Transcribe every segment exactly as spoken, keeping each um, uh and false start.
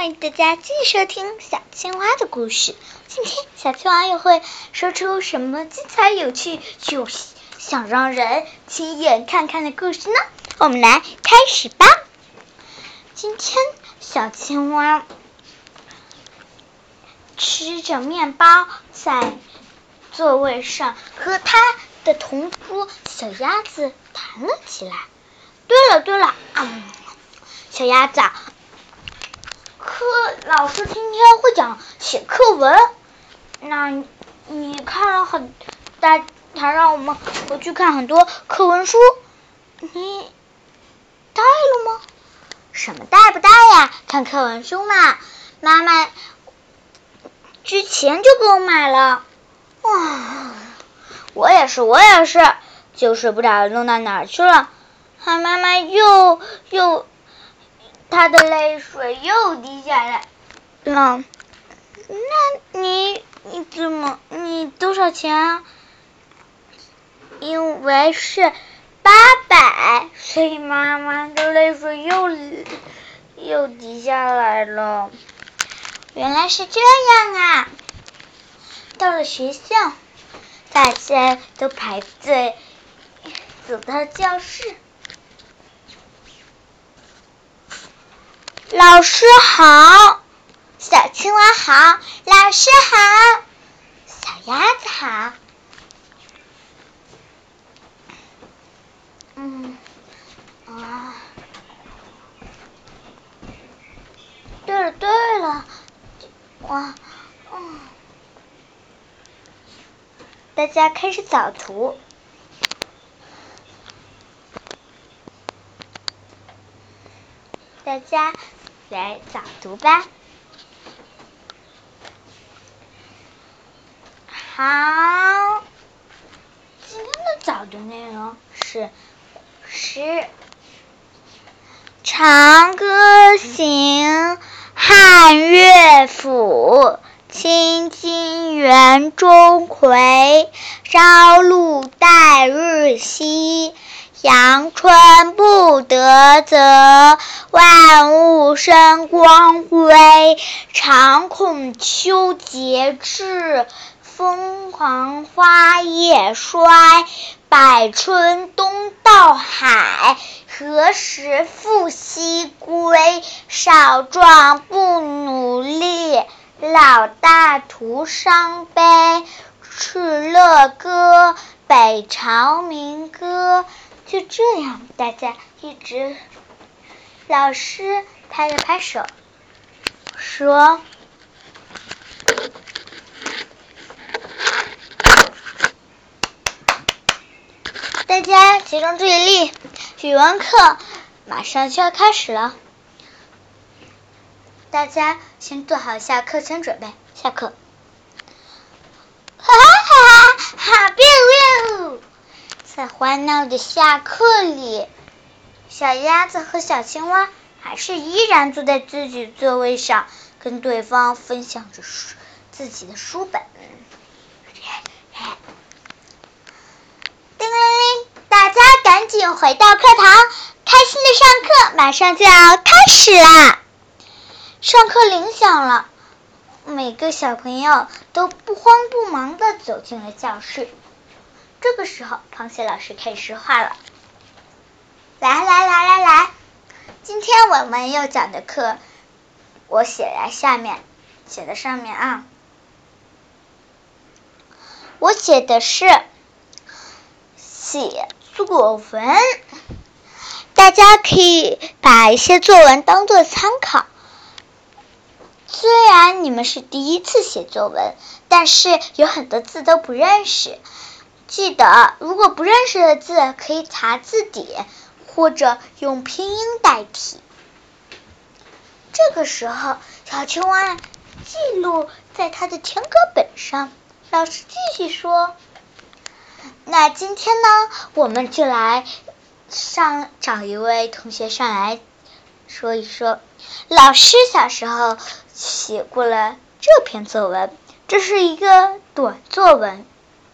欢迎大家继续收听小青蛙的故事。今天小青蛙又会说出什么精彩有趣又想让人亲眼看看的故事呢？我们来开始吧。今天小青蛙吃着面包，在座位上和他的同桌小鸭子谈了起来。对了对了，嗯，小鸭子，课老师今天会讲写课文，那你看了很大，他让我们回去看很多课文书，你带了吗？什么带不带呀？看课文书嘛，妈妈之前就给我买了。哇，我也是，我也是，就是不知道弄到哪儿去了。他妈妈又又，他的泪水又滴下来了。那你你怎么你多少钱啊？因为是八百，所以妈妈的泪水又又滴下来了。原来是这样啊！到了学校，大家都排队走到教室。老师好，小青蛙好，老师好，小鸭子好。嗯啊，对了对了，哇，嗯，大家开始早读。大家来早读吧。好，今天的早读内容是诗。长歌行，汉乐府，清津园中葵，朝露待日晞。阳春布德泽，万物生光辉。常恐秋节至，疯狂花叶衰。百春东到海，何时复西归？少壮不努力，老大徒伤悲。敕勒歌，北朝民歌。就这样，大家一直，老师拍了拍手，说：“大家集中注意力，语文课马上就要开始了，大家先做好下课前准备。下课。”哈哈哈哈！哈，biu biu。在欢闹的下课里，小鸭子和小青蛙还是依然坐在自己的座位上，跟对方分享着书自己的书本。叮铃铃，大家赶紧回到课堂，开心的上课马上就要开始啦！上课铃响了，每个小朋友都不慌不忙地走进了教室。这个时候，螃蟹老师开始说话了。来来来来来，今天我们要讲的课，我写在下面，写在上面啊。我写的是写作文，大家可以把一些作文当作参考。虽然你们是第一次写作文，但是有很多字都不认识。记得，如果不认识的字，可以查字典，或者用拼音代替。这个时候，小青蛙记录在他的填歌本上。老师继续说：“那今天呢，我们就来上找一位同学上来说一说。老师小时候写过了这篇作文，这是一个短作文。”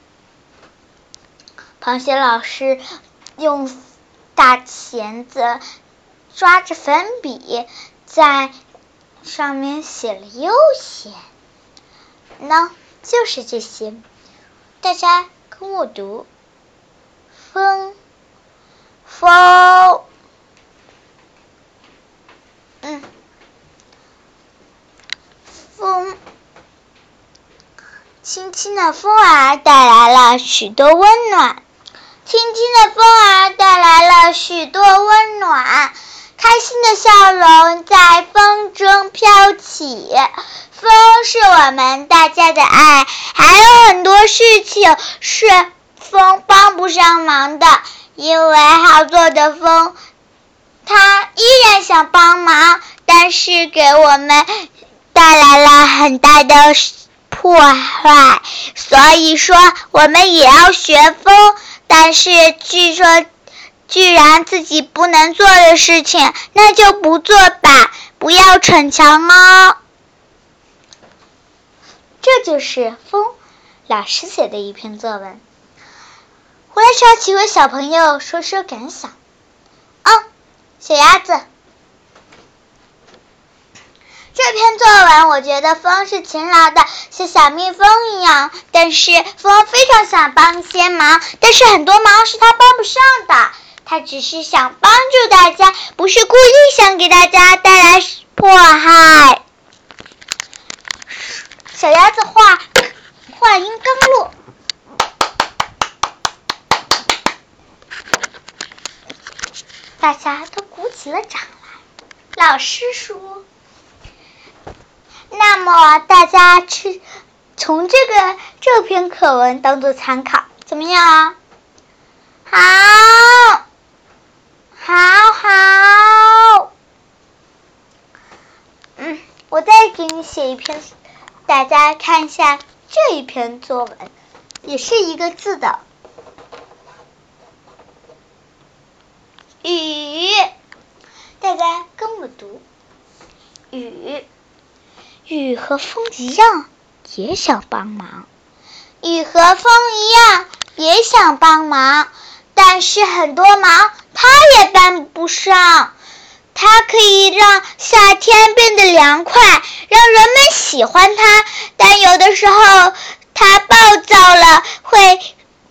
螃蟹老师用大钳子抓着粉笔，在上面写了悠闲，那就是这些。大家跟我读：风，风，嗯，风，轻轻的风儿带来了许多温暖，轻轻的风儿带来了许多温暖，开心的笑容在风中飘起。风是我们大家的爱，还有很多事情是风帮不上忙的，因为好做的风，它依然想帮忙，但是给我们带来了很大的破坏，所以说我们也要学风，但是据说既然自己不能做的事情，那就不做吧，不要逞强哦。这就是风老师写的一篇作文。回来找几位小朋友说说感想。哦，小鸭子，这篇作文我觉得风是勤劳的，像小蜜蜂一样，但是风非常想帮一些忙，但是很多忙是他帮不上的，他只是想帮助大家，不是故意想给大家带来迫害。小鸭子话话音刚落，大家都鼓起了掌来。老师说，那么大家去从这个这篇课文当做参考，怎么样？好，好，好。嗯，我再给你写一篇，大家看一下这一篇作文，也是一个字的。雨，大家跟我读。雨，雨和风一样，也想帮忙。雨和风一样，也想帮忙，但是很多忙它也帮不上。它可以让夏天变得凉快，让人们喜欢它，但有的时候它暴躁了，会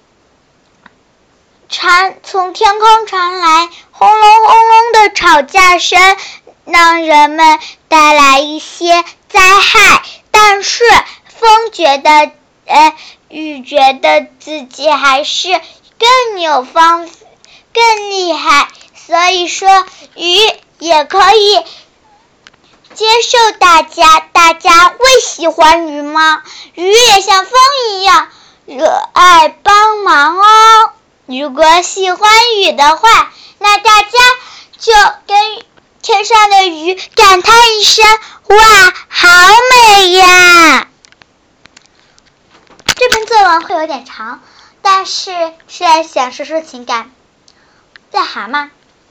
传从天空传来轰隆轰隆的吵架声，让人们带来一些灾害。但是风觉得呃雨觉得自己还是更有方更厉害，所以说雨也可以接受大家。大家会喜欢雨吗？雨也像风一样热爱帮忙哦。如果喜欢雨的话，那大家就跟天上的雨感叹一声，哇，好美呀！这篇作文会有点长，但是是来想说说情感。癞蛤蟆，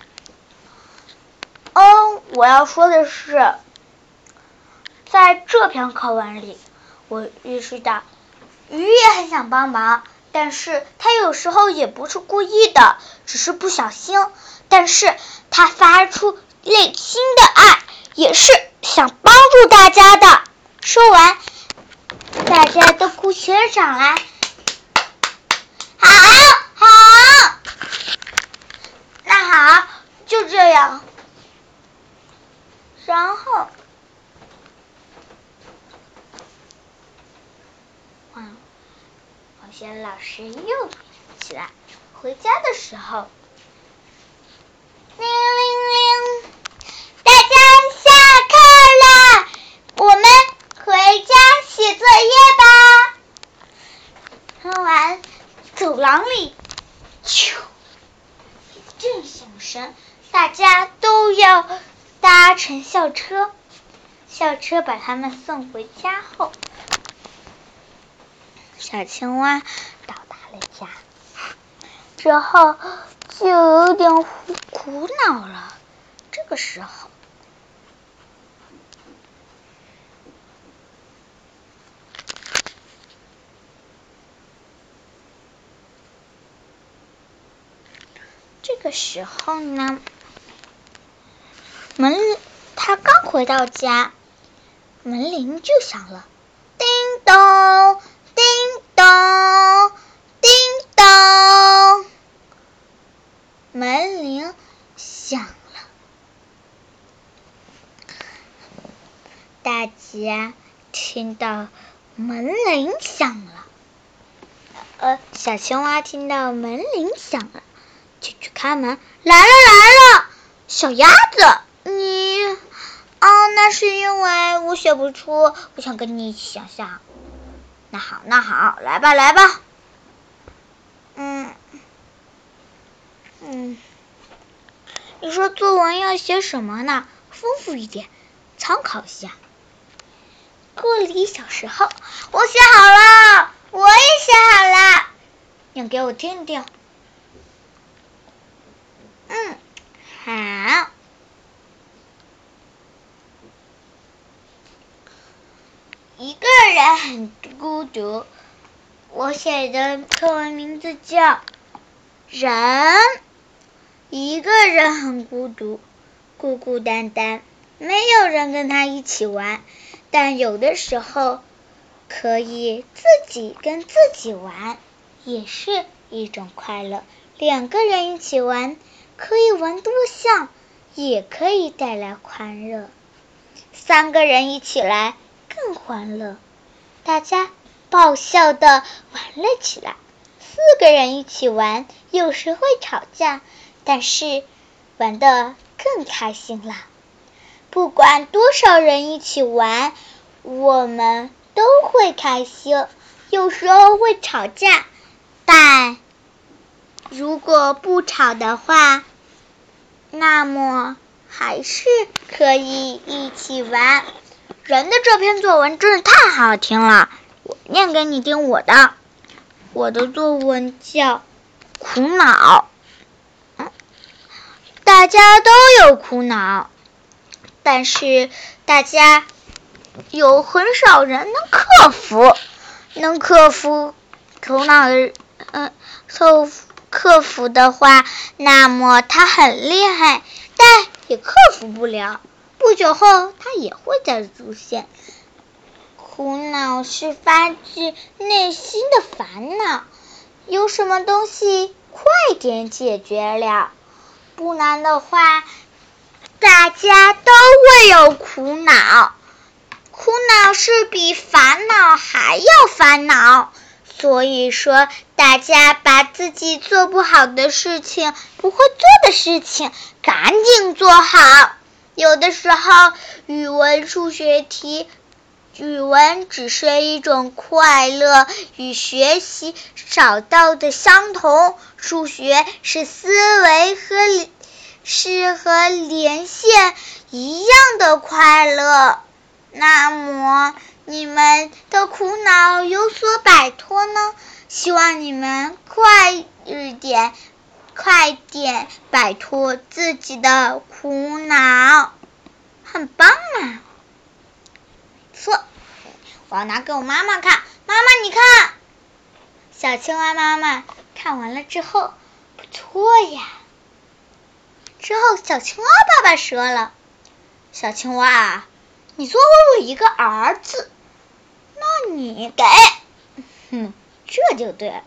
哦，我要说的是，在这篇课文里，我意识到鱼也很想帮忙，但是他有时候也不是故意的，只是不小心，但是他发出内心的爱，也是想帮助大家的。说完，大家都鼓起了掌来。好，好，那好，就这样。然后，嗯，王轩老师又起来。回家的时候，铃铃铃，大家下课了，我们回家写作业吧。说完，走廊里，咻，一阵响声，大家都要搭乘校车。校车把他们送回家后，小青蛙到达了家，之后就有点苦恼了。这个时候，这个时候呢，门他刚回到家， 门铃就响了，叮咚，叮咚，叮咚，门铃响了。大家听到门铃响了，呃，小青蛙听到门铃响了，就去开门。来了来了，小鸭子，你啊，那是因为我写不出，我想跟你一起想象。那好那好，来吧来吧。嗯嗯，你说作文要写什么呢？丰富一点，参考一下。过了一小时后，我写好了，我也写好了，你给我听听。嗯，好。一个人很孤独，我写的课文名字叫《人》。一个人很孤独，孤孤单单，没有人跟他一起玩，但有的时候可以自己跟自己玩，也是一种快乐。两个人一起玩，可以玩多项，也可以带来欢乐。三个人一起来更欢乐，大家爆笑地玩了起来。四个人一起玩，有时会吵架，但是玩得更开心啦。不管多少人一起玩，我们都会开心，有时候会吵架，但如果不吵的话，那么还是可以一起玩。人的这篇作文真是太好听了，我念给你听我的。我的作文叫苦恼。嗯，大家都有苦恼，但是大家有很少人能克服，能克服苦恼的，嗯，克服克服的话，那么他很厉害，但也克服不了。不久后，他也会再出现。苦恼是发自内心的烦恼，有什么东西快点解决了，不然的话，大家都会有苦恼。苦恼是比烦恼还要烦恼，所以说大家把自己做不好的事情、不会做的事情赶紧做好。有的时候语文、数学题，语文只是一种快乐，与学习找到的相同，数学是思维和是和连线一样的快乐。那么你们的苦恼有所摆脱呢？希望你们快一点快点摆脱自己的苦恼，很棒啊！错，我要拿给我妈妈看。妈妈你看，小青蛙妈妈看完了之后，不错呀。之后小青蛙爸爸说了，小青蛙，你作为我一个儿子，那你给，哼，这就对了。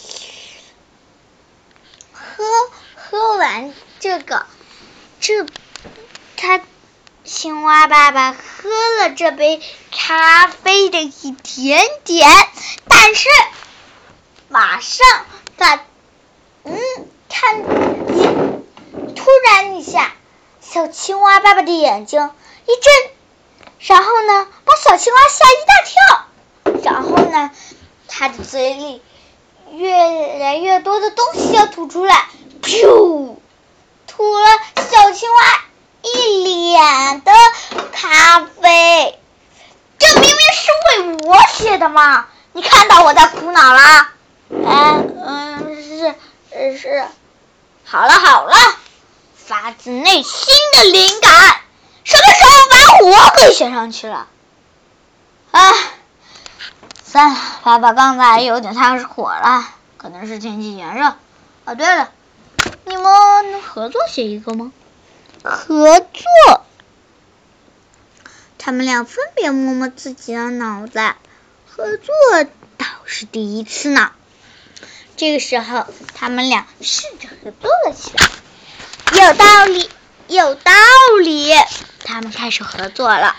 喝喝完这个，这他青蛙爸爸喝了这杯咖啡的一点点，但是马上他嗯看眼突然一下，小青蛙爸爸的眼睛一震，然后呢把小青蛙吓一大跳，然后呢他的嘴里越来越多的东西要吐出来，噗，吐了小青蛙一脸的咖啡。这明明是为我写的嘛，你看到我在苦恼啦？哎，嗯，是是，好了好了，发自内心的灵感，什么时候把我给写上去了？哎，算了，爸爸刚才有点太火了，可能是天气炎热。哦，对了，你们能合作写一个吗？合作， 他们俩分别摸摸自己的脑袋，合作倒是第一次呢。这个时候，他们俩试着合作了起来。有道理，有道理，他们开始合作了。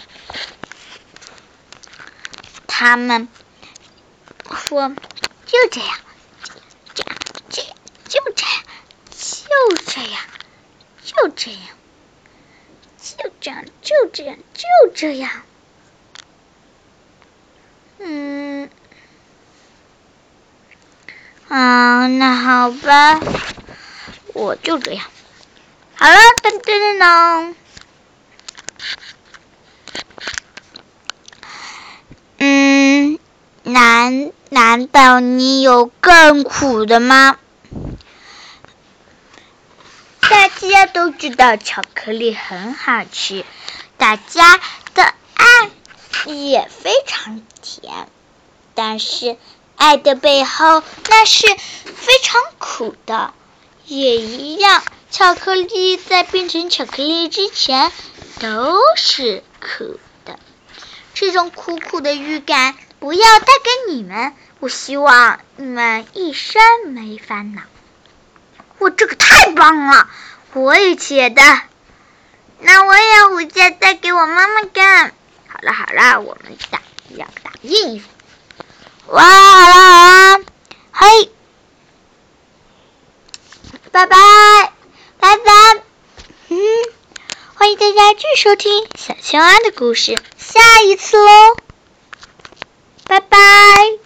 他们说：“就这样，这样，这样，就这样，就这样，就这样，就这样，就这样，就这样。”嗯，啊，那好吧，我就这样。好了，噔噔噔噔。嗯，难难道你有更苦的吗？大家都知道巧克力很好吃，大家的爱也非常甜，但是爱的背后那是非常苦的，也一样。巧克力在变成巧克力之前都是苦的，这种苦苦的预感不要带给你们，我希望你们一生没烦恼。哇，这个太棒了，我也觉得。那我也要回家带给我妈妈看。好了好了，我们打要打印。哇，好了好了，嘿，拜拜拜拜。嗯，欢迎大家继续收听小青蛙的故事，下一次喽，拜拜。